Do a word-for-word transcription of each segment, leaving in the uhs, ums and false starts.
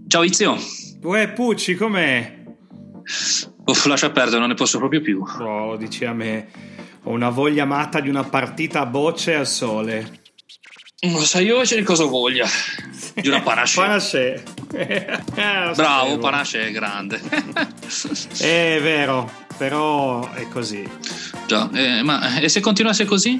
Ciao Izio. Uè Pucci, com'è? Uff, lascia perdere, non ne posso proprio più. Oh, lo dici a me. Ho una voglia matta di una partita a bocce al sole. Lo sai io di cosa voglia? Di una panache. Panache. Bravo, panache è grande. È vero, però è così. Già, eh, ma e se continuasse così?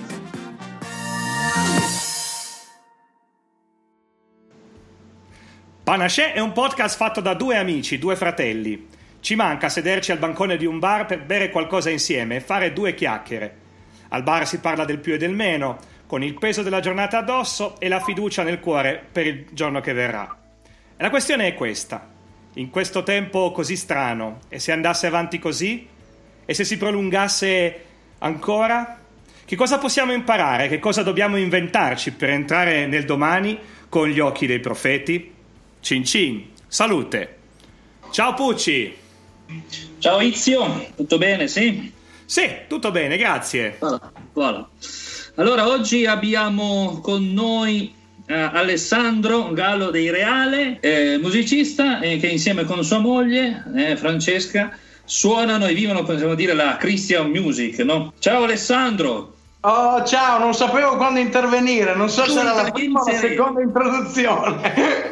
Panache è un podcast fatto da due amici, due fratelli. Ci manca sederci al bancone di un bar per bere qualcosa insieme e fare due chiacchiere. Al bar si parla del più e del meno, con il peso della giornata addosso e la fiducia nel cuore per il giorno che verrà. E la questione è questa: in questo tempo così strano, e se andasse avanti così? E se si prolungasse ancora? Che cosa possiamo imparare? Che cosa dobbiamo inventarci per entrare nel domani con gli occhi dei profeti? Cin cin, salute. Ciao Pucci. Ciao Izio, tutto bene, sì? Sì, tutto bene, grazie. Voilà, voilà. Allora, oggi abbiamo con noi eh, Alessandro Gallo dei Reale, eh, musicista eh, che insieme con sua moglie eh, Francesca suonano e vivono, possiamo dire, la Christian music, no? Ciao Alessandro. Oh, ciao, non sapevo quando intervenire, non so se era la prima o la seconda introduzione.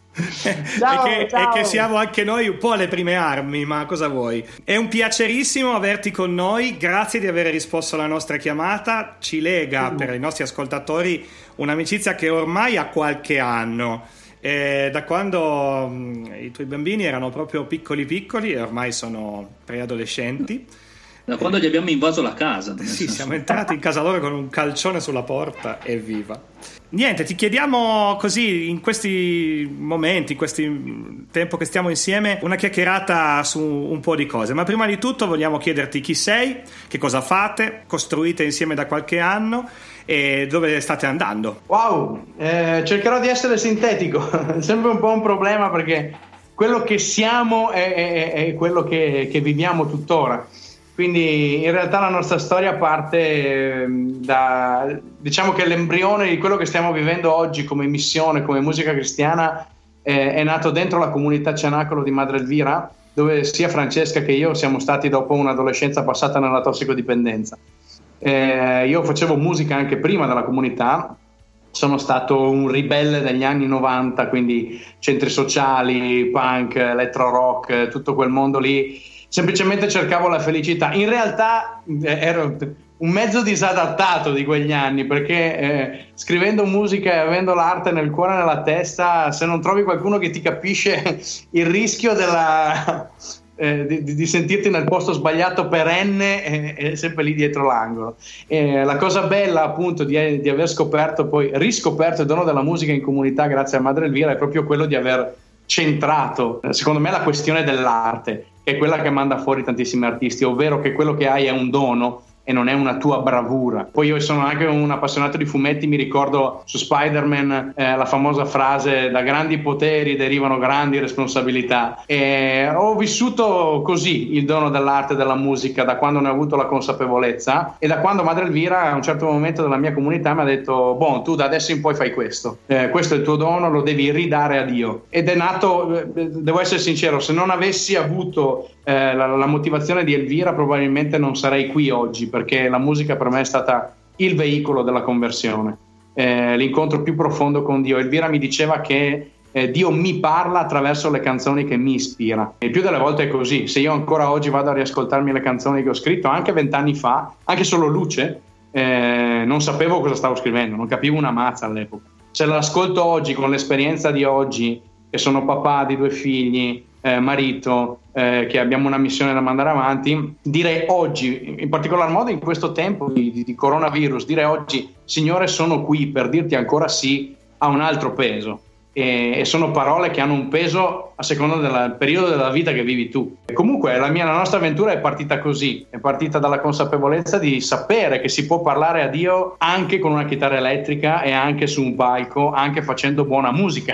Ciao, è, che, ciao. è che siamo anche noi un po' alle prime armi, ma cosa vuoi? È un piacerissimo averti con noi, grazie di aver risposto alla nostra chiamata. Ci lega, mm. per i nostri ascoltatori, un'amicizia che ormai ha qualche anno, eh, da quando mh, i tuoi bambini erano proprio piccoli piccoli e ormai sono preadolescenti. Da quando gli abbiamo invaso la casa. Sì, siamo entrati in casa loro con un calcione sulla porta e viva. Niente, ti chiediamo così, in questi momenti, in questo tempo che stiamo insieme, una chiacchierata su un po' di cose. Ma prima di tutto vogliamo chiederti chi sei, che cosa fate, costruite insieme da qualche anno e dove state andando. Wow, eh, cercherò di essere sintetico, è sempre un po' un problema perché quello che siamo è, è, è quello che, che viviamo tuttora. Quindi in realtà la nostra storia parte da, diciamo che l'embrione di quello che stiamo vivendo oggi come missione, come musica cristiana, eh, è nato dentro la comunità Cenacolo di Madre Elvira, dove sia Francesca che io siamo stati dopo un'adolescenza passata nella tossicodipendenza. Eh, io facevo musica anche prima della comunità, sono stato un ribelle degli anni novanta, quindi centri sociali, punk, electro rock, tutto quel mondo lì. Semplicemente cercavo la felicità. In realtà eh, ero un mezzo disadattato di quegli anni, perché eh, scrivendo musica e avendo l'arte nel cuore e nella testa, se non trovi qualcuno che ti capisce, il rischio della, eh, di, di sentirti nel posto sbagliato perenne è, è sempre lì dietro l'angolo. E la cosa bella appunto di, di aver scoperto, poi riscoperto il dono della musica in comunità grazie a Madre Elvira è proprio quello di aver centrato, secondo me, la questione dell'arte, che è quella che manda fuori tantissimi artisti, ovvero che quello che hai è un dono e non è una tua bravura. Poi io sono anche un appassionato di fumetti, mi ricordo su Spider-Man eh, la famosa frase: da grandi poteri derivano grandi responsabilità, e ho vissuto così il dono dell'arte e della musica da quando ne ho avuto la consapevolezza e da quando Madre Elvira a un certo momento della mia comunità mi ha detto: boh, tu da adesso in poi fai questo, eh, questo è il tuo dono, lo devi ridare a Dio. Ed è nato, eh, devo essere sincero, se non avessi avuto eh, la, la motivazione di Elvira probabilmente non sarei qui oggi, perché la musica per me è stata il veicolo della conversione, eh, l'incontro più profondo con Dio. Elvira mi diceva che eh, Dio mi parla attraverso le canzoni che mi ispira, e più delle volte è così. Se io ancora oggi vado a riascoltarmi le canzoni che ho scritto anche vent'anni fa, anche solo Luce, eh, non sapevo cosa stavo scrivendo, non capivo una mazza all'epoca. Se l'ascolto oggi con l'esperienza di oggi, che sono papà di due figli, eh, marito, eh, che abbiamo una missione da mandare avanti, direi oggi, in particolar modo in questo tempo di, di coronavirus, dire oggi: Signore, sono qui per dirti ancora sì, ha un altro peso. E, e sono parole che hanno un peso a seconda del periodo della vita che vivi tu. E comunque la, mia, la nostra avventura è partita così, è partita dalla consapevolezza di sapere che si può parlare a Dio anche con una chitarra elettrica e anche su un palco, anche facendo buona musica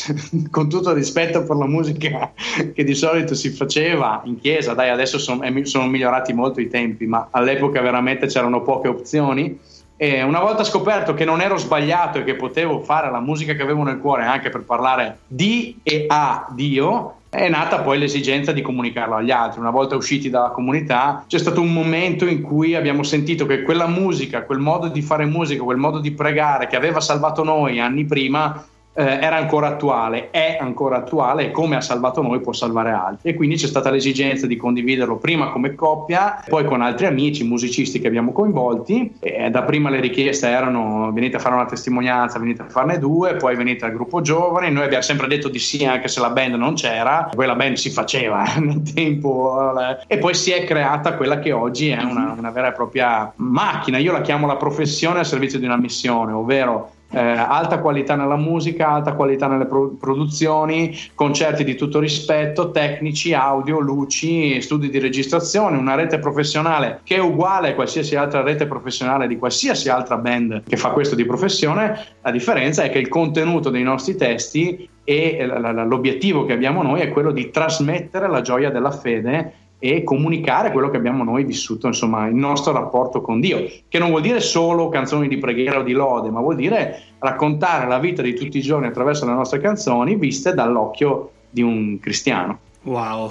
con tutto il rispetto per la musica che di solito si faceva in chiesa. Dai, adesso sono, sono migliorati molto i tempi, ma all'epoca veramente c'erano poche opzioni. E una volta scoperto che non ero sbagliato e che potevo fare la musica che avevo nel cuore anche per parlare di e a Dio, è nata poi l'esigenza di comunicarlo agli altri. Una volta usciti dalla comunità c'è stato un momento in cui abbiamo sentito che quella musica, quel modo di fare musica, quel modo di pregare che aveva salvato noi anni prima eh, era ancora attuale, è ancora attuale, e come ha salvato noi può salvare altri. E quindi c'è stata l'esigenza di condividerlo prima come coppia, poi con altri amici musicisti che abbiamo coinvolti. E da prima le richieste erano: venite a fare una testimonianza, venite a farne due, poi venite al gruppo giovani. Noi abbiamo sempre detto di sì anche se la band non c'era, poi la band si faceva nel tempo, e poi si è creata quella che oggi è una, una vera e propria macchina. Io la chiamo la professione al servizio di una missione, ovvero Eh, alta qualità nella musica, alta qualità nelle pro- produzioni, concerti di tutto rispetto, tecnici, audio, luci, studi di registrazione, una rete professionale che è uguale a qualsiasi altra rete professionale di qualsiasi altra band che fa questo di professione. La differenza è che il contenuto dei nostri testi e l- l- l'obiettivo che abbiamo noi è quello di trasmettere la gioia della fede e comunicare quello che abbiamo noi vissuto, insomma, il nostro rapporto con Dio, che non vuol dire solo canzoni di preghiera o di lode, ma vuol dire raccontare la vita di tutti i giorni attraverso le nostre canzoni viste dall'occhio di un cristiano. Wow.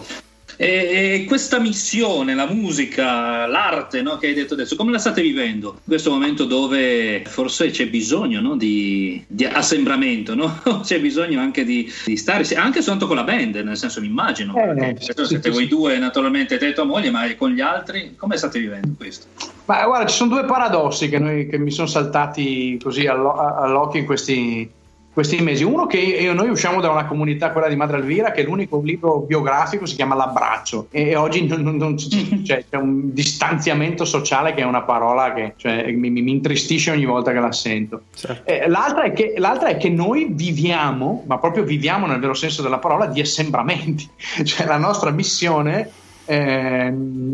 E, e questa missione, la musica, l'arte, no, che hai detto adesso, come la state vivendo in questo momento dove forse c'è bisogno, no, di, di assembramento, no? C'è bisogno anche di, di stare anche soltanto con la band, nel senso, mi immagino, eh, sì, sì, siete voi sì. due naturalmente, te e tua moglie, ma con gli altri come state vivendo questo? Ma guarda, ci sono due paradossi che, noi, che mi sono saltati così allo, all'occhio in questi questi mesi. Uno, che io, noi usciamo da una comunità, quella di Madre Elvira, che l'unico libro biografico si chiama L'abbraccio, e oggi non, non, non, cioè, c'è un distanziamento sociale che è una parola che, cioè, mi, mi intristisce ogni volta che la sento. Certo. Eh, l'altra, è che, l'altra è che noi viviamo, ma proprio viviamo nel vero senso della parola, di assembramenti. Cioè la nostra missione Eh,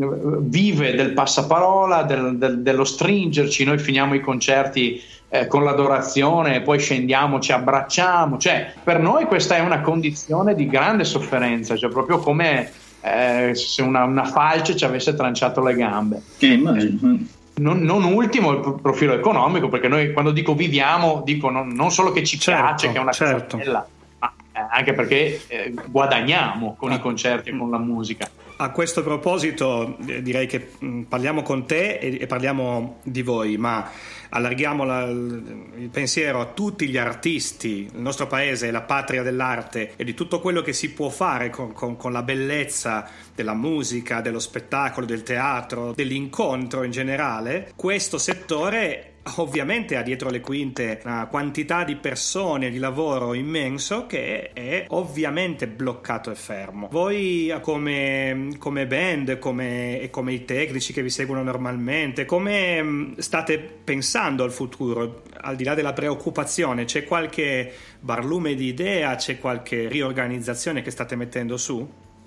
vive del passaparola, del, del, dello stringerci. Noi finiamo i concerti eh, con l'adorazione e poi scendiamo, ci abbracciamo. Cioè, per noi questa è una condizione di grande sofferenza, cioè proprio come eh, se una, una falce ci avesse tranciato le gambe. Eh, immagino. Non, non ultimo il profilo economico, perché noi, quando dico viviamo, dico non, non solo che ci certo, piace, che è una certo. cosa bella, ma anche perché eh, guadagniamo con ah. i concerti e con la musica. A questo proposito eh, direi che mh, parliamo con te e, e parliamo di voi, ma allarghiamo la, il pensiero a tutti gli artisti. Il nostro paese è la patria dell'arte e di tutto quello che si può fare con, con, con la bellezza della musica, dello spettacolo, del teatro, dell'incontro in generale. Questo settore ovviamente ha dietro le quinte una quantità di persone, di lavoro immenso, che è ovviamente bloccato e fermo. Voi come, come band come, e come i tecnici che vi seguono normalmente, come state pensando al futuro? Al di là della preoccupazione, c'è qualche barlume di idea, c'è qualche riorganizzazione che state mettendo su?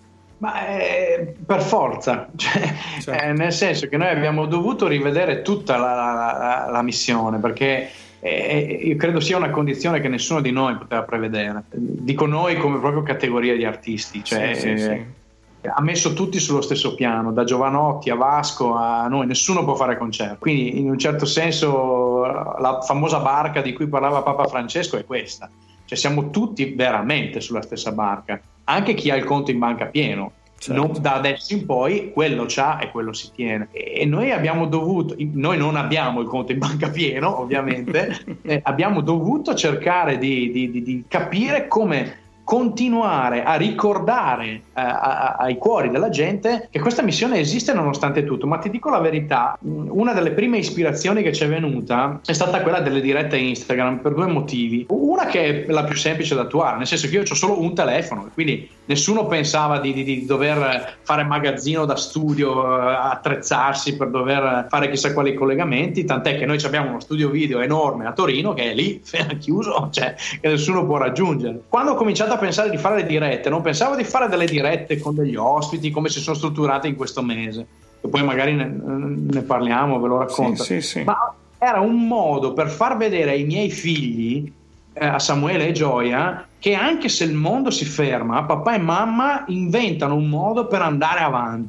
Ma eh, per forza, cioè, certo. eh, nel senso che noi abbiamo dovuto rivedere tutta la, la, la missione, perché eh, io credo sia una condizione che nessuno di noi poteva prevedere. Dico noi come proprio categoria di artisti, cioè, sì, sì, sì. Eh, ha messo tutti sullo stesso piano, da Giovanotti a Vasco a noi, nessuno può fare concerto. Quindi in un certo senso la famosa barca di cui parlava Papa Francesco è questa, cioè siamo tutti veramente sulla stessa barca. Anche chi ha il conto in banca pieno, certo. non, da adesso in poi quello c'ha e quello si tiene. E noi abbiamo dovuto, noi non abbiamo il conto in banca pieno, ovviamente, eh, abbiamo dovuto cercare di, di, di, di capire come continuare a ricordare eh, a, a, ai cuori della gente che questa missione esiste nonostante tutto. Ma ti dico la verità, una delle prime ispirazioni che ci è venuta è stata quella delle dirette Instagram, per due motivi. Una, che è la più semplice da attuare, nel senso che io ho solo un telefono, quindi nessuno pensava di, di, di dover fare magazzino da studio, attrezzarsi per dover fare chissà quali collegamenti, tant'è che noi abbiamo uno studio video enorme a Torino che è lì chiuso, cioè che nessuno può raggiungere. Quando ho cominciato a pensare di fare le dirette, non pensavo di fare delle dirette con degli ospiti come si sono strutturate in questo mese, e poi magari ne, ne parliamo, ve lo racconto. Sì, sì, sì. Ma era un modo per far vedere ai miei figli, eh, a Samuele e Gioia, che anche se il mondo si ferma, papà e mamma inventano un modo per andare avanti.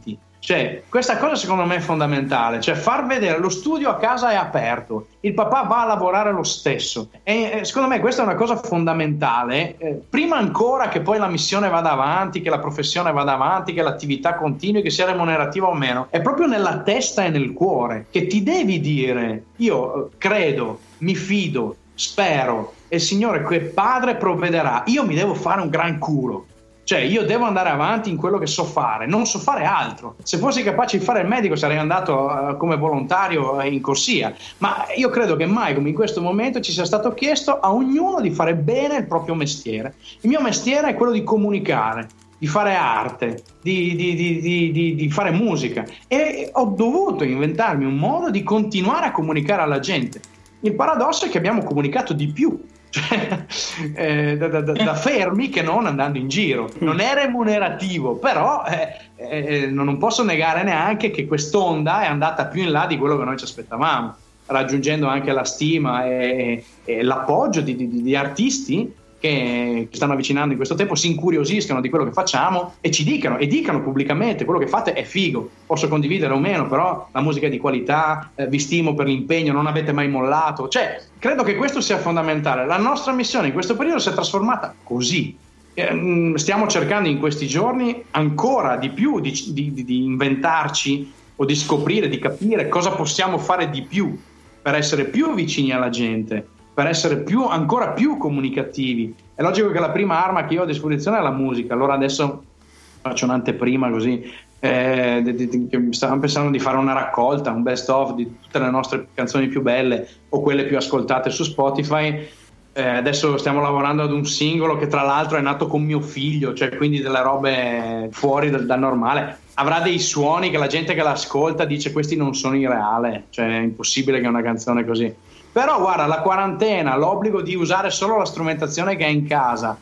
Cioè, questa cosa secondo me è fondamentale, cioè far vedere lo studio a casa è aperto, il papà va a lavorare lo stesso e eh, secondo me questa è una cosa fondamentale, eh, prima ancora che poi la missione vada avanti, che la professione vada avanti, che l'attività continui, che sia remunerativa o meno, è proprio nella testa e nel cuore che ti devi dire io credo, mi fido, spero e il Signore che padre provvederà, io mi devo fare un gran culo. Cioè io devo andare avanti in quello che so fare, non so fare altro. Se fossi capace di fare il medico sarei andato uh, come volontario in corsia, ma io credo che mai come in questo momento ci sia stato chiesto a ognuno di fare bene il proprio mestiere. Il mio mestiere è quello di comunicare, di fare arte, di, di, di, di, di, di fare musica e ho dovuto inventarmi un modo di continuare a comunicare alla gente. Il paradosso è che abbiamo comunicato di più. Cioè, eh, da, da, da fermi che non andando in giro. Non è remunerativo, però eh, eh, non posso negare neanche che quest'onda è andata più in là di quello che noi ci aspettavamo, raggiungendo anche la stima e, e l'appoggio di, di, di artisti che stanno avvicinando in questo tempo, si incuriosiscano di quello che facciamo e ci dicano e dicano pubblicamente quello che fate è figo, posso condividere o meno, però la musica è di qualità, eh, vi stimo per l'impegno, non avete mai mollato. Cioè credo che questo sia fondamentale. La nostra missione in questo periodo si è trasformata così. Eh, stiamo cercando in questi giorni ancora di più di, di, di inventarci o di scoprire, di capire cosa possiamo fare di più per essere più vicini alla gente, per essere più, ancora più comunicativi. È logico che la prima arma che io ho a disposizione è la musica, allora adesso faccio un'anteprima così, eh, di, di, di, stavamo pensando di fare una raccolta, un best of di tutte le nostre canzoni più belle o quelle più ascoltate su Spotify. Eh, adesso stiamo lavorando ad un singolo che tra l'altro è nato con mio figlio, cioè quindi delle robe fuori dal, dal normale. Avrà dei suoni che la gente che l'ascolta dice questi non sono irreale, cioè è impossibile che una canzone così. Però guarda, la quarantena, l'obbligo di usare solo la strumentazione che è in casa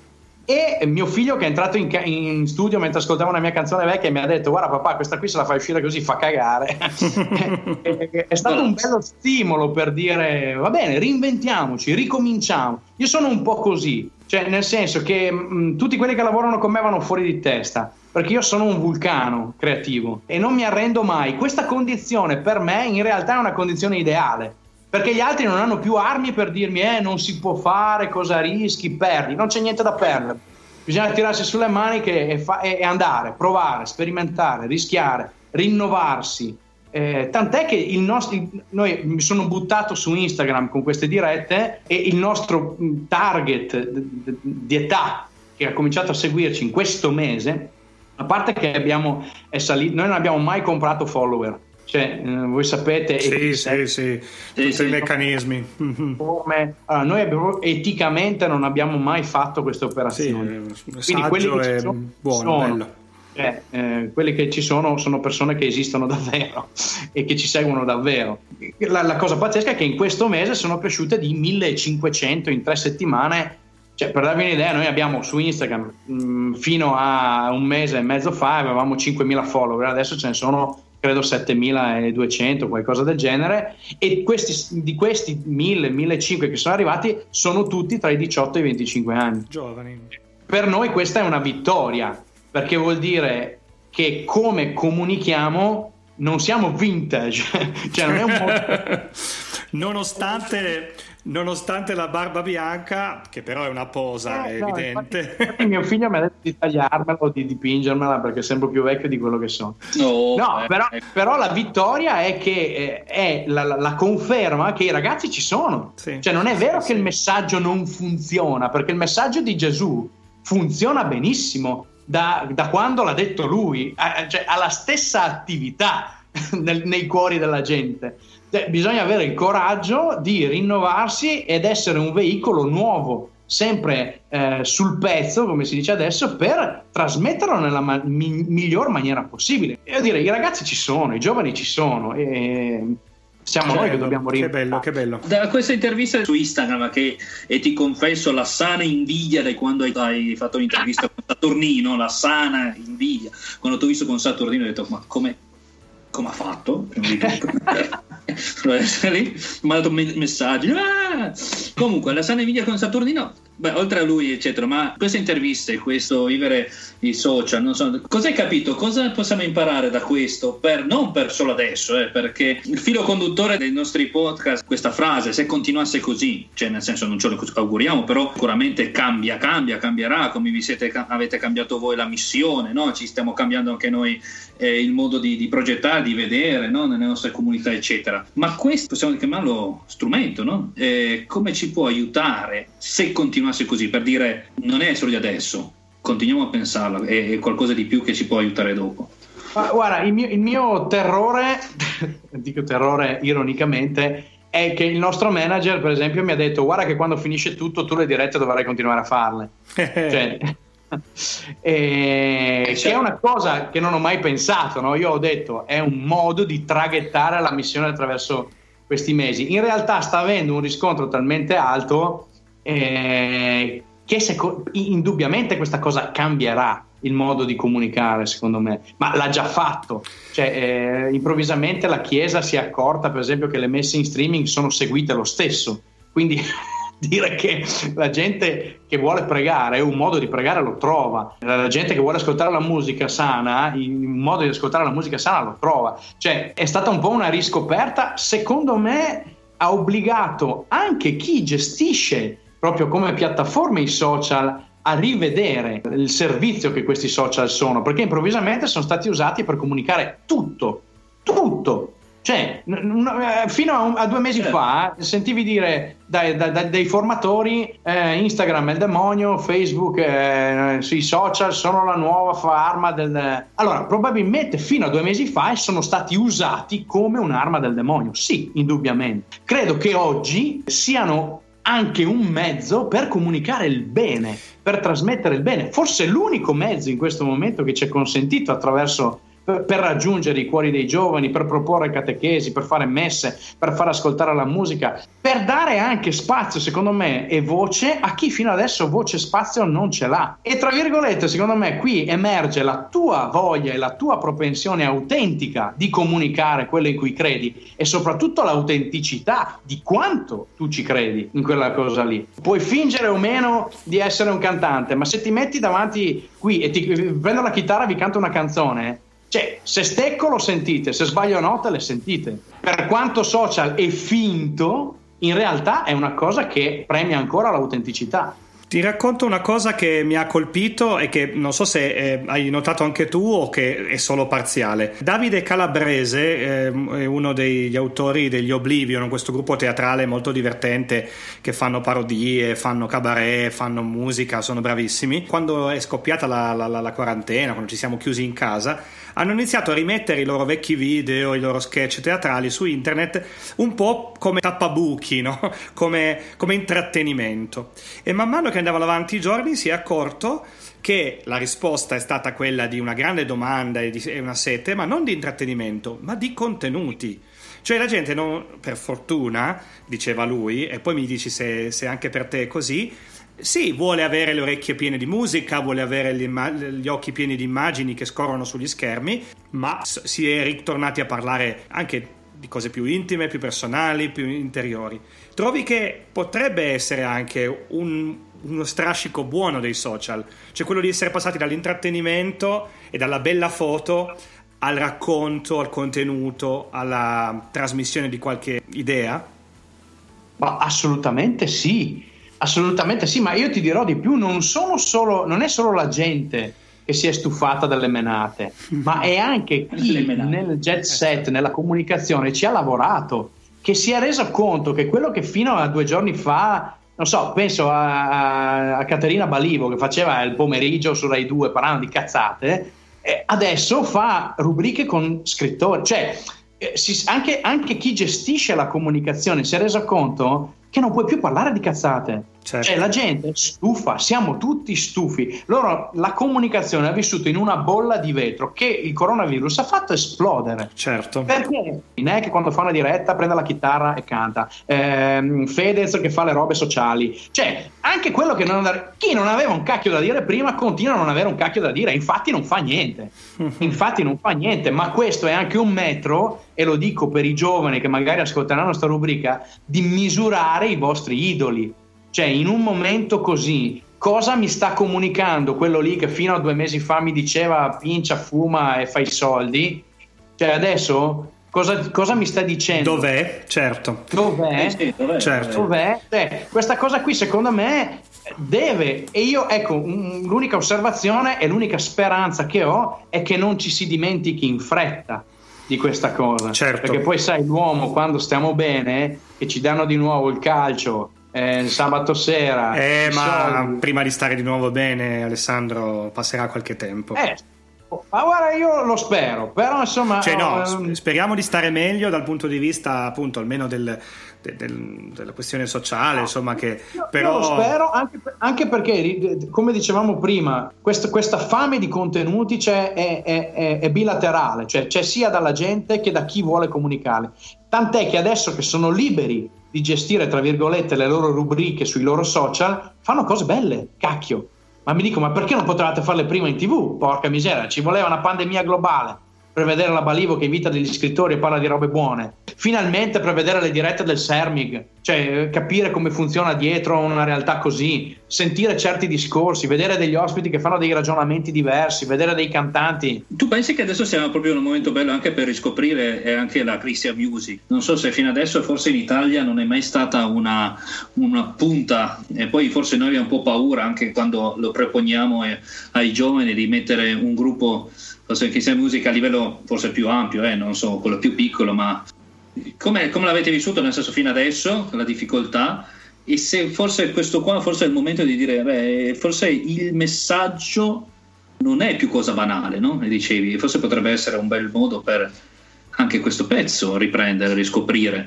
e mio figlio che è entrato in, ca- in studio mentre ascoltava una mia canzone vecchia e mi ha detto guarda papà, questa qui se la fai uscire così fa cagare. è, è, è stato un bello stimolo per dire va bene, reinventiamoci, ricominciamo. Io sono un po' così, cioè nel senso che mh, tutti quelli che lavorano con me vanno fuori di testa perché io sono un vulcano creativo e non mi arrendo mai. Questa condizione per me in realtà è una condizione ideale, perché gli altri non hanno più armi per dirmi eh non si può fare, cosa rischi, perdi. Non c'è niente da perdere, bisogna tirarsi sulle maniche e, fa- e andare, provare, sperimentare, rischiare, rinnovarsi. Eh, tant'è che il nostro, noi mi sono buttato su Instagram con queste dirette e il nostro target di età che ha cominciato a seguirci in questo mese, a parte che abbiamo è salito, noi non abbiamo mai comprato follower. Cioè, eh, voi sapete sì, sì, sì, tutti sì, i meccanismi. Come, allora, noi abbiamo, eticamente non abbiamo mai fatto queste operazioni. Sì, quindi quelli che è ci sono, buono, sono, bello. Eh, eh, quelli che ci sono sono persone che esistono davvero e che ci seguono davvero. La, la cosa pazzesca è che in questo mese sono cresciute di millecinquecento in tre settimane. Cioè, per darvi un'idea, noi abbiamo su Instagram mh, fino a un mese e mezzo fa avevamo cinquemila follower, adesso ce ne sono credo settemiladuecento, qualcosa del genere, e questi, di questi mille, millecinquecento che sono arrivati sono tutti tra i diciotto e i venticinque anni. Giovani. Per noi questa è una vittoria, perché vuol dire che come comunichiamo non siamo vintage, cioè non è un modo... nonostante nonostante la barba bianca, che però è una posa, eh, è no, evidente. Infatti, infatti mio figlio mi ha detto di tagliarmela o di dipingermela perché sembro più vecchio di quello che sono. No, no eh, però, eh. però la vittoria è che eh, è la, la, la conferma che i ragazzi ci sono. Sì. Cioè non è vero Sì, che sì. il messaggio non funziona, perché il messaggio di Gesù funziona benissimo da, da quando l'ha detto lui, eh, cioè ha la stessa attività nel, nei cuori della gente. Cioè, bisogna avere il coraggio di rinnovarsi ed essere un veicolo nuovo, sempre eh, sul pezzo, come si dice adesso, per trasmetterlo nella ma- mi- miglior maniera possibile. Io direi, i ragazzi ci sono, i giovani ci sono, e siamo Che noi bello, che dobbiamo che rinnovare. bello, che bello. Da questa intervista su Instagram, che e ti confesso la sana invidia da quando hai, hai fatto l'intervista con Saturnino, la sana invidia, quando ti ho visto con Saturnino ho detto ma come come ha fatto? Prima di tutto. Lì, mi ha dato me- messaggi. Ah! Comunque la sana invidia con Saturnino Beh, oltre a lui, eccetera, ma queste interviste, questo vivere i social, non so, cosa hai capito? Cosa possiamo imparare da questo? Per, non per solo adesso, eh, perché il filo conduttore dei nostri podcast, questa frase, se continuasse così, cioè nel senso non ce lo auguriamo, però sicuramente cambia, cambia, cambierà, come vi siete, avete cambiato voi la missione, no? Ci stiamo cambiando anche noi eh, il modo di, di progettare, di vedere, no? Nelle nostre comunità, eccetera. Ma questo possiamo chiamarlo strumento, no? Eh, come ci può aiutare se continuasse così, per dire non è solo di adesso, continuiamo a pensarlo, è, è qualcosa di più che ci può aiutare dopo. Ma guarda, il mio, il mio terrore, dico terrore ironicamente, è che il nostro manager, per esempio, mi ha detto: guarda che quando finisce tutto tu le dirette dovrai continuare a farle. Cioè, e, che è una cosa che non ho mai pensato, no? Io ho detto è un modo di traghettare la missione attraverso questi mesi. In realtà sta avendo un riscontro talmente alto eh, che seco- indubbiamente questa cosa cambierà il modo di comunicare, secondo me, ma l'ha già fatto. Cioè, eh, improvvisamente la Chiesa si è accorta, per esempio, che le messe in streaming sono seguite lo stesso, quindi dire che la gente che vuole pregare un modo di pregare lo trova, la gente che vuole ascoltare la musica sana, un modo di ascoltare la musica sana lo trova. Cioè, è stata un po' una riscoperta, secondo me ha obbligato anche chi gestisce proprio come piattaforme i social a rivedere il servizio che questi social sono, perché improvvisamente sono stati usati per comunicare tutto, tutto. Cioè, n- fino a, un, a due mesi certo. fa sentivi dire dai, dai, dai, dai formatori eh, Instagram è il demonio, Facebook eh, sui social sono la nuova arma del... Allora, probabilmente fino a due mesi fa sono stati usati come un'arma del demonio, sì, indubbiamente. Credo che oggi siano anche un mezzo per comunicare il bene, per trasmettere il bene, forse l'unico mezzo in questo momento che ci è consentito attraverso per, per raggiungere i cuori dei giovani, per proporre catechesi, per fare messe, per far ascoltare la musica, per dare anche spazio, secondo me, e voce a chi fino adesso voce e spazio non ce l'ha. E tra virgolette, secondo me, qui emerge la tua voglia e la tua propensione autentica di comunicare quello in cui credi e soprattutto l'autenticità di quanto tu ci credi in quella cosa lì. Puoi fingere o meno di essere un cantante, ma se ti metti davanti qui e ti prendo la chitarra e vi canto una canzone, cioè, se stecco lo sentite, se sbaglio note le sentite. Per quanto social è finto, in realtà è una cosa che premia ancora l'autenticità. Ti racconto una cosa che mi ha colpito e che non so se eh, hai notato anche tu o che è solo parziale. Davide Calabrese eh, è uno degli autori degli Oblivion, questo gruppo teatrale molto divertente che fanno parodie, fanno cabaret, fanno musica, sono bravissimi. Quando è scoppiata la, la, la quarantena, quando ci siamo chiusi in casa, hanno iniziato a rimettere i loro vecchi video, i loro sketch teatrali su internet un po' come tappabuchi, no? come, come intrattenimento. E man mano che andavano avanti i giorni si è accorto che la risposta è stata quella di una grande domanda e, di, e una sete, ma non di intrattenimento, ma di contenuti. Cioè la gente, non, per fortuna, diceva lui, e poi mi dici se, se anche per te è così, sì, vuole avere le orecchie piene di musica, vuole avere gli, imma- gli occhi pieni di immagini che scorrono sugli schermi, ma si è ritornati a parlare anche di cose più intime, più personali, più interiori. Trovi che potrebbe essere anche un, uno strascico buono dei social, cioè quello di essere passati dall'intrattenimento e dalla bella foto al racconto, al contenuto, alla trasmissione di qualche idea? Ma assolutamente sì. Assolutamente sì, ma io ti dirò di più, non sono solo, non è solo la gente che si è stufata delle menate, ma è anche chi nel jet set, nella comunicazione ci ha lavorato, che si è reso conto che quello che fino a due giorni fa, non so, penso a, a Caterina Balivo che faceva il pomeriggio su Rai due parlando di cazzate, eh, adesso fa rubriche con scrittori, cioè eh, si, anche, anche chi gestisce la comunicazione si è reso conto che non puoi più parlare di cazzate. Certo. Cioè la gente è stufa, siamo tutti stufi. Loro, la comunicazione ha vissuto in una bolla di vetro che il coronavirus ha fatto esplodere. Certo. Perché non è che quando fa una diretta prende la chitarra e canta, ehm, Fedez che fa le robe sociali, cioè anche quello che non, chi non aveva un cacchio da dire prima continua a non avere un cacchio da dire, infatti non fa niente. Infatti non fa niente, ma questo è anche un metro, e lo dico per i giovani che magari ascolteranno questa rubrica, di misurare i vostri idoli. Cioè, in un momento così, cosa mi sta comunicando quello lì che fino a due mesi fa mi diceva pincia, fuma e fai soldi? Cioè, adesso cosa, cosa mi sta dicendo? Dov'è? Certo. Dov'è? Eh sì, dov'è? Certo. Dov'è? Eh, questa cosa qui secondo me deve, e io ecco, un, l'unica osservazione e l'unica speranza che ho è che non ci si dimentichi in fretta di questa cosa. Certo. Perché poi sai, l'uomo quando stiamo bene, che ci danno di nuovo il calcio eh, il sabato sera, Eh, ma soldi. prima di stare di nuovo bene, Alessandro, passerà qualche tempo. Eh, ma guarda, io lo spero, però insomma, Cioè, no, ehm, speriamo di stare meglio dal punto di vista, appunto, almeno del, del- del- della questione sociale, insomma, che io, però io lo spero anche, anche perché, come dicevamo prima, quest- questa fame di contenuti cioè, è, è- è- è bilaterale, cioè c'è sia dalla gente che da chi vuole comunicare. Tant'è che adesso che sono liberi di gestire, tra virgolette, le loro rubriche sui loro social, fanno cose belle, cacchio. Ma mi dico, ma perché non potevate farle prima in tv? Porca miseria, ci voleva una pandemia globale per vedere la Balivo che invita degli scrittori e parla di robe buone. Finalmente per vedere le dirette del Sermig, cioè capire come funziona dietro una realtà così, sentire certi discorsi, vedere degli ospiti che fanno dei ragionamenti diversi, vedere dei cantanti. Tu pensi che adesso siamo proprio in un momento bello anche per riscoprire eh, anche la Christian music? Non so se fino adesso forse in Italia non è mai stata una, una punta, e poi forse noi abbiamo un po' paura anche quando lo proponiamo eh, ai giovani di mettere un gruppo forse Christian music a livello forse più ampio, eh, non so, quello più piccolo, ma come, come l'avete vissuto nel senso fino adesso, la difficoltà? E se forse questo qua forse è il momento di dire beh, forse il messaggio non è più cosa banale, no? E dicevi, forse potrebbe essere un bel modo per anche questo pezzo riprendere, riscoprire.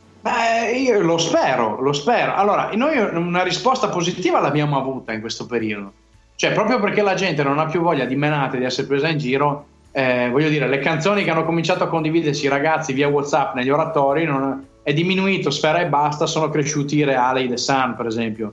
Beh, io lo spero, lo spero. Allora, noi una risposta positiva l'abbiamo avuta in questo periodo. Cioè, proprio perché la gente non ha più voglia di menate, di essere presa in giro, eh, voglio dire, le canzoni che hanno cominciato a condividersi i ragazzi via WhatsApp negli oratori non è diminuito, Sfera e Basta, sono cresciuti i Reali The Sun, per esempio,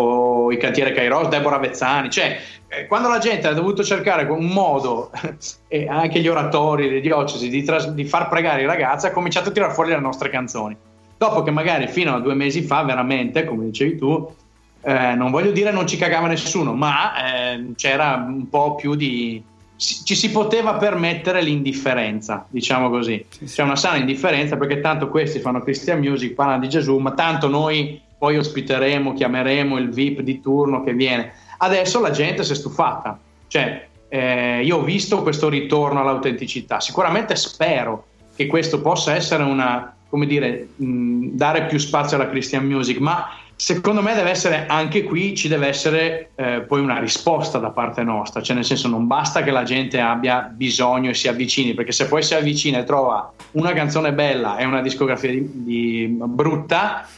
o i Cantiere Kairos, Deborah Vezzani. Cioè, eh, quando la gente ha dovuto cercare un modo, e anche gli oratori, le diocesi, di, tras- di far pregare i ragazzi, ha cominciato a tirare fuori le nostre canzoni. Dopo che magari fino a due mesi fa, veramente, come dicevi tu, eh, non voglio dire non ci cagava nessuno, ma eh, c'era un po' più di... ci si poteva permettere l'indifferenza, diciamo così. Sì, sì. C'è una sana indifferenza perché tanto questi fanno Christian music, parlano di Gesù, ma tanto noi poi ospiteremo, chiameremo il V I P di turno che viene. Adesso la gente si è stufata, cioè eh, io ho visto questo ritorno all'autenticità. Sicuramente spero che questo possa essere una, come dire, mh, dare più spazio alla Christian music, ma secondo me deve essere anche qui, ci deve essere eh, poi una risposta da parte nostra, cioè nel senso non basta che la gente abbia bisogno e si avvicini, perché se poi si avvicina e trova una canzone bella e una discografia di, di brutta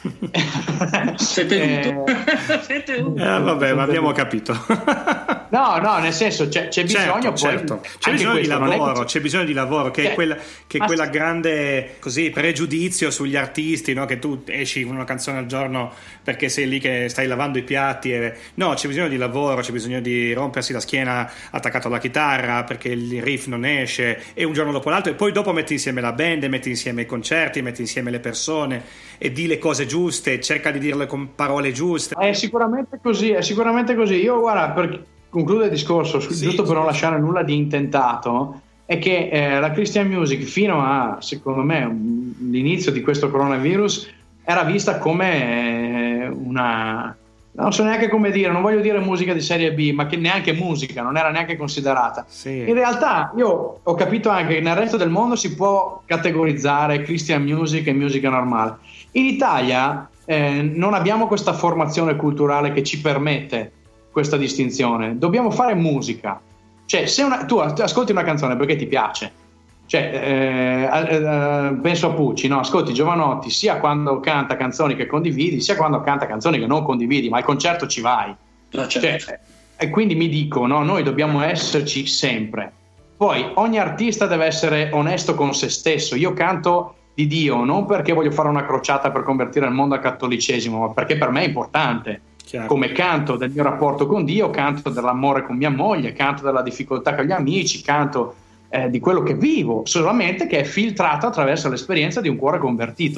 Siete tenuto. eh, Siete tenuto. Eh, vabbè, ma abbiamo capito. no no nel senso c'è, c'è bisogno certo, poi certo. C'è bisogno di questo, non è lavoro, che- c'è bisogno di lavoro, che Cioè, è quella, che è ma- quella grande così pregiudizio sugli artisti, no? Che tu esci con una canzone al giorno perché sei lì che stai lavando i piatti e... no, c'è bisogno di lavoro, c'è bisogno di rompersi la schiena attaccato alla chitarra perché il riff non esce, e un giorno dopo l'altro, e poi dopo metti insieme la band, metti insieme i concerti, metti insieme le persone e di le cose giuste, cerca di dirle con parole giuste. È sicuramente così, è sicuramente così. Io, guarda, per concludere il discorso, Sì, giusto per sì, non sì. lasciare nulla di intentato, è che eh, la Christian music fino a, secondo me, un- l'inizio di questo coronavirus era vista come eh, una... non so neanche come dire, non voglio dire musica di serie B, ma che neanche musica, non era neanche considerata. Sì. In realtà io ho capito anche che nel resto del mondo si può categorizzare Christian music e musica normale. In Italia eh, non abbiamo questa formazione culturale che ci permette questa distinzione. Dobbiamo fare musica. Cioè, se una, tu ascolti una canzone perché ti piace, cioè, eh, eh, penso a Pucci, no? Ascolti Giovanotti sia quando canta canzoni che condividi, sia quando canta canzoni che non condividi, ma al concerto ci vai. Ah, certo. Cioè, e quindi mi dico, no, noi dobbiamo esserci sempre. Poi ogni artista deve essere onesto con se stesso. Io canto di Dio non perché voglio fare una crociata per convertire il mondo al cattolicesimo, ma perché per me è importante. Chiaro. Come canto del mio rapporto con Dio, canto dell'amore con mia moglie, canto della difficoltà con gli amici, canto eh, di quello che vivo, solamente che è filtrato attraverso l'esperienza di un cuore convertito.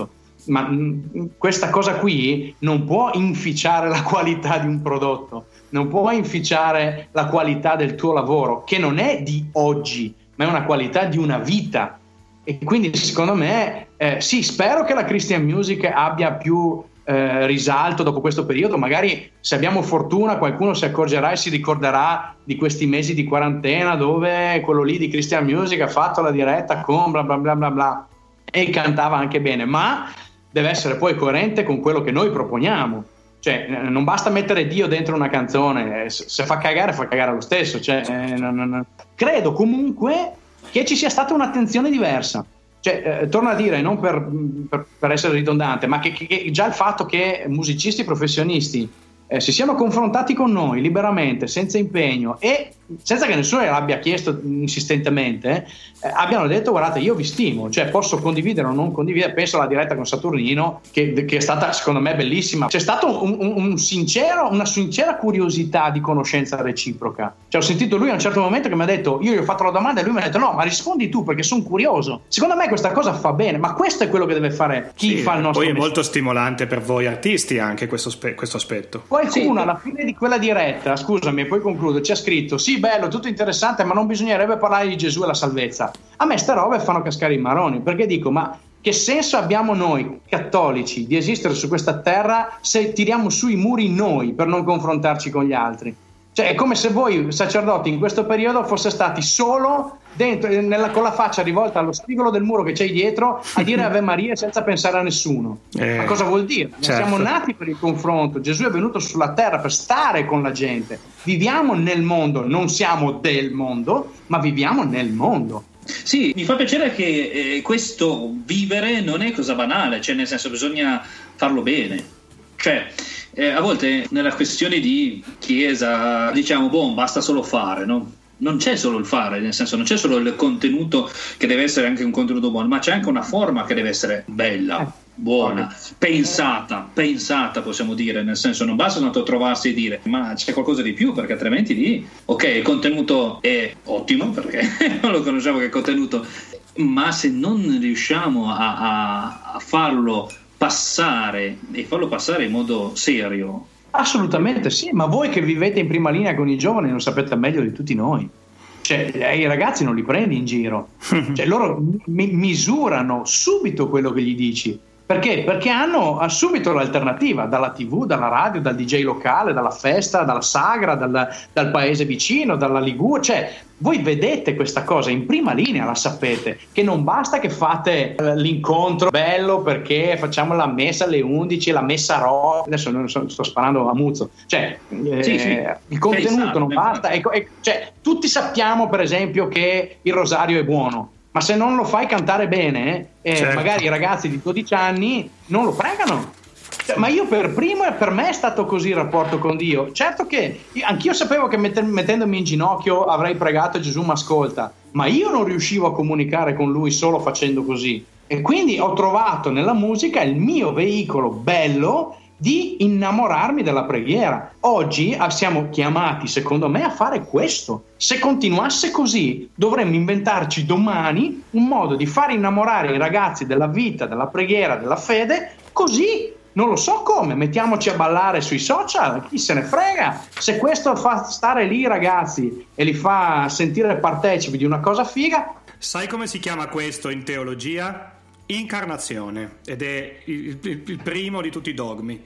ma mh, questa cosa qui non può inficiare la qualità di un prodotto, non può inficiare la qualità del tuo lavoro, che non è di oggi, ma è una qualità di una vita. E quindi secondo me eh, sì, spero che la Christian music abbia più eh, risalto dopo questo periodo. Magari, se abbiamo fortuna, qualcuno si accorgerà e si ricorderà di questi mesi di quarantena dove quello lì di Christian music ha fatto la diretta con bla bla bla bla bla e cantava anche bene, ma deve essere poi coerente con quello che noi proponiamo. Cioè, non basta mettere Dio dentro una canzone, se fa cagare fa cagare lo stesso. Cioè, eh, non, non. Credo comunque che ci sia stata un'attenzione diversa. Cioè, eh, torno a dire, non per, per, per essere ridondante, ma che, che già il fatto che musicisti professionisti eh, si siano confrontati con noi liberamente, senza impegno e senza che nessuno l'abbia chiesto insistentemente, eh, abbiano detto: guardate, io vi stimo, cioè posso condividere o non condividere. Penso alla diretta con Saturnino, che, che è stata secondo me bellissima. C'è stato un, un, un sincero, una sincera curiosità di conoscenza reciproca. Cioè, ho sentito lui a un certo momento che mi ha detto, io gli ho fatto la domanda e lui mi ha detto: no, ma rispondi tu perché sono curioso. Secondo me questa cosa fa bene, ma questo è quello che deve fare chi sì, fa il nostro poi è mestiere. molto stimolante per voi artisti anche questo, spe- questo aspetto. Qualcuno sì. alla fine di quella diretta, scusami, poi concludo, ci ha scritto: sì, bello, tutto interessante, ma non bisognerebbe parlare di Gesù e la salvezza. A me ste robe fanno cascare i maroni, perché dico: ma che senso abbiamo noi cattolici di esistere su questa terra se tiriamo su i muri noi per non confrontarci con gli altri? Cioè, è come se voi sacerdoti in questo periodo foste stati solo dentro, nella, con la faccia rivolta allo spigolo del muro che c'hai dietro a dire Ave Maria senza pensare a nessuno. Eh, ma cosa vuol dire? certo. Siamo nati per il confronto. Gesù è venuto sulla terra per stare con la gente. Viviamo nel mondo, non siamo del mondo, ma viviamo nel mondo. Sì, mi fa piacere che eh, questo vivere non è cosa banale, cioè nel senso bisogna farlo bene. Cioè, eh, a volte nella questione di chiesa diciamo, boh, basta solo fare, no? Non c'è solo il fare, nel senso non c'è solo il contenuto che deve essere anche un contenuto buono, ma c'è anche una forma che deve essere bella, buona, pensata, pensata possiamo dire, nel senso non basta tanto trovarsi e dire ma c'è qualcosa di più, perché altrimenti lì, ok, il contenuto è ottimo, perché non lo conosciamo che contenuto, ma se non riusciamo a, a, a farlo passare e farlo passare in modo serio. Assolutamente sì, ma voi che vivete in prima linea con i giovani non sapete meglio di tutti noi. Cioè, i ragazzi non li prendi in giro, cioè, loro mi- misurano subito quello che gli dici. Perché? Perché hanno subito l'alternativa dalla tivù, dalla radio, dal D J locale, dalla festa, dalla sagra, dal, dal paese vicino, dalla Liguria. Cioè, voi vedete questa cosa in prima linea, la sapete, che non basta che fate l'incontro bello perché facciamo la messa alle undici, la messa rock. Adesso non so, sto sparando a muzzo. Cioè, eh, sì, sì. il contenuto Pensato, non basta. E, e, cioè, tutti sappiamo, per esempio, che il rosario è buono. Ma se non lo fai cantare bene, eh, certo. magari i ragazzi di dodici anni non lo pregano. Cioè, ma io per primo e per me è stato così il rapporto con Dio. Certo che io, anch'io sapevo che mett- mettendomi in ginocchio avrei pregato Gesù mi ascolta, ma io non riuscivo a comunicare con lui solo facendo così. E quindi ho trovato nella musica il mio veicolo bello di innamorarmi della preghiera. Oggi siamo chiamati, secondo me, a fare questo. Se continuasse così, dovremmo inventarci domani un modo di far innamorare i ragazzi della vita, della preghiera, della fede, così, non lo so come, mettiamoci a ballare sui social, chi se ne frega. Se questo fa stare lì i ragazzi e li fa sentire partecipi di una cosa figa. Sai come si chiama questo in teologia? Incarnazione, ed è il, il, il primo di tutti i dogmi.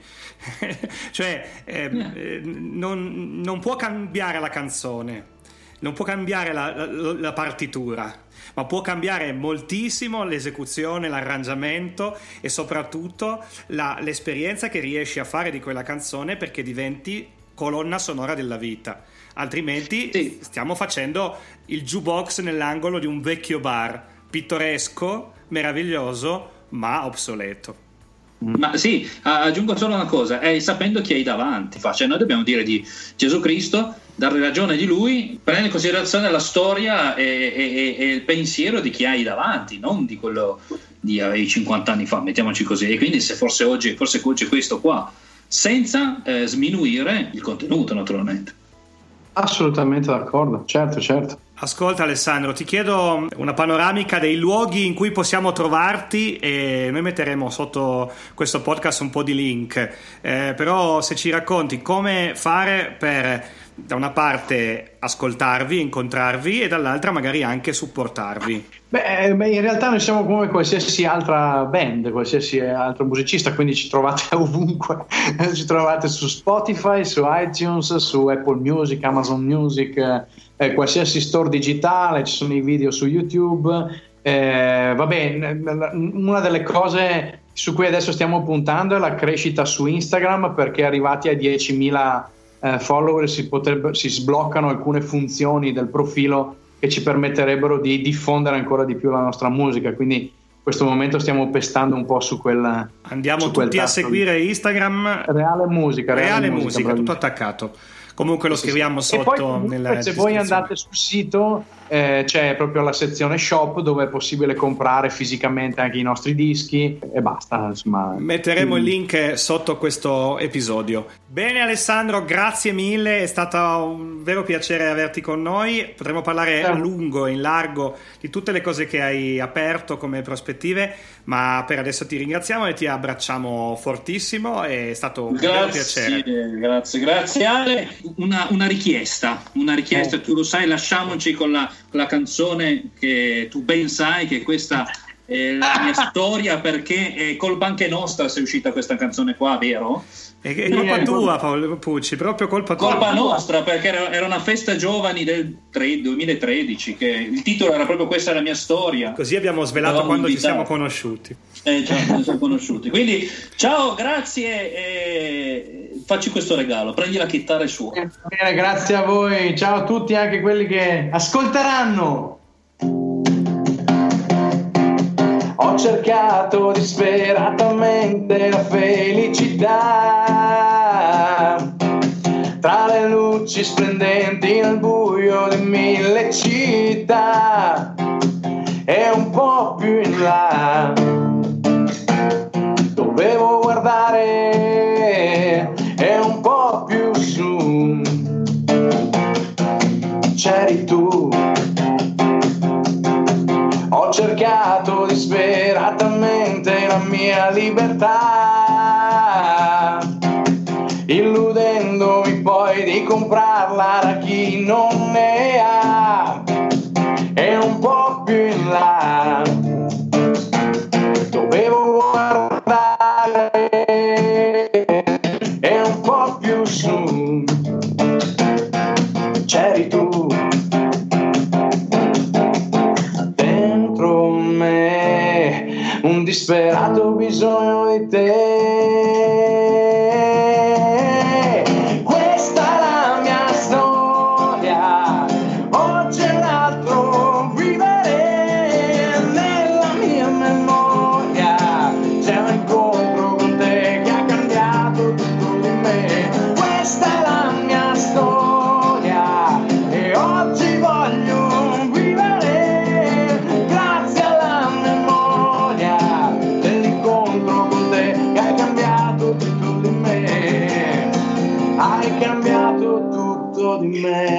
Cioè eh, eh, non, non può cambiare la canzone, non può cambiare la, la, la partitura, ma può cambiare moltissimo l'esecuzione, l'arrangiamento e soprattutto la, l'esperienza che riesci a fare di quella canzone, perché diventi colonna sonora della vita. Altrimenti sì. stiamo facendo il jukebox nell'angolo di un vecchio bar pittoresco, meraviglioso, ma obsoleto. Ma sì, aggiungo solo una cosa, è sapendo chi hai davanti. Cioè, noi dobbiamo dire di Gesù Cristo, dare ragione di lui, prendere in considerazione la storia e, e, e il pensiero di chi hai davanti, non di quello di avevi cinquanta anni fa, mettiamoci così. E quindi se forse oggi, forse oggi questo qua, senza eh, sminuire il contenuto, naturalmente. Assolutamente d'accordo, certo, certo. Ascolta Alessandro, ti chiedo una panoramica dei luoghi in cui possiamo trovarti e noi metteremo sotto questo podcast un po' di link, eh, però se ci racconti come fare per da una parte ascoltarvi, incontrarvi e dall'altra magari anche supportarvi. Beh, beh, in realtà noi siamo come qualsiasi altra band, qualsiasi altro musicista, quindi ci trovate ovunque, ci trovate su Spotify, su iTunes, su Apple Music, Amazon Music, eh, qualsiasi store digitale, ci sono i video su YouTube. Eh, vabbè, una delle cose su cui adesso stiamo puntando è la crescita su Instagram, perché arrivati a diecimila eh, follower si, potrebbe, si sbloccano alcune funzioni del profilo che ci permetterebbero di diffondere ancora di più la nostra musica, quindi in questo momento stiamo pestando un po' su quel andiamo su tutti quel a seguire Instagram Reale Musica Reale, Reale Musica, musica tutto attaccato. Comunque lo sì, scriviamo sì. sotto E poi, nella se voi andate sul sito eh, c'è proprio la sezione shop dove è possibile comprare fisicamente anche i nostri dischi e basta, insomma. Metteremo mm. il link sotto questo episodio. Bene Alessandro, grazie mille, è stato un vero piacere averti con noi. Potremo parlare a lungo e in largo di tutte le cose che hai aperto come prospettive, ma per adesso ti ringraziamo e ti abbracciamo fortissimo, è stato un grazie, vero piacere. Grazie, grazie Ale. Una, una richiesta, una richiesta, eh. tu lo sai, lasciamoci con la, la canzone che tu ben sai che questa è la mia storia, perché è colpa anche nostra se è uscita questa canzone qua, vero? È colpa tua Paolo Pucci, proprio colpa tua. Colpa nostra, perché era, era una festa giovani del duemilatredici, che il titolo era proprio Questa è la mia storia. Così abbiamo svelato Avevamo quando invitato. ci siamo conosciuti. Eh già, ci siamo conosciuti. Quindi ciao, grazie e facci questo regalo, prendi la chitarra e suona. Bene, grazie a voi, ciao a tutti, anche quelli che ascolteranno. Ho cercato disperatamente la felicità tra le luci splendenti nel buio di mille città, e un po' più in là dovevo guardare, e un po' più su c'eri tu. Ho cercato disperatamente la mia libertà, illudendomi poi di comprarla da chi non ne ha, e un po' più in là dovevo guardare, e un po' più su c'eri tu. Un disperato bisogno di te. Questa è la mia storia, oggi è un altro vivere. Nella mia memoria c'è un incontro con te che ha cambiato tutto di me. Questa è la mia storia e oggi voglio vivere grazie alla memoria dell'incontro con te che hai cambiato tutto di me. Hai cambiato tutto di me.